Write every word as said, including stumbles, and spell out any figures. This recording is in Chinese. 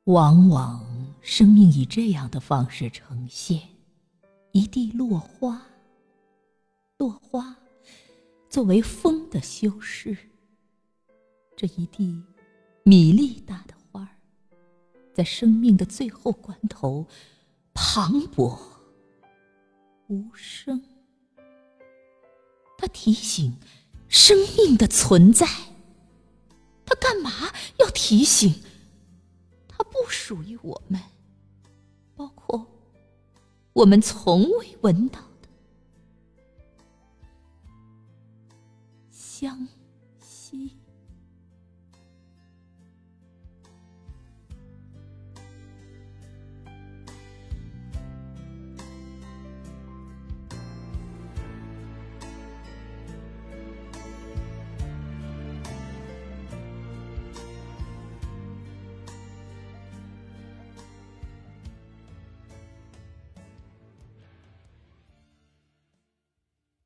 往往生命以这样的方式呈现：一地落花，落花作为风的修饰。这一地米粒大的花儿，在生命的最后关头，磅礴无声。它提醒生命的存在，它干嘛要提醒？它不属于我们，包括我们从未闻到的香。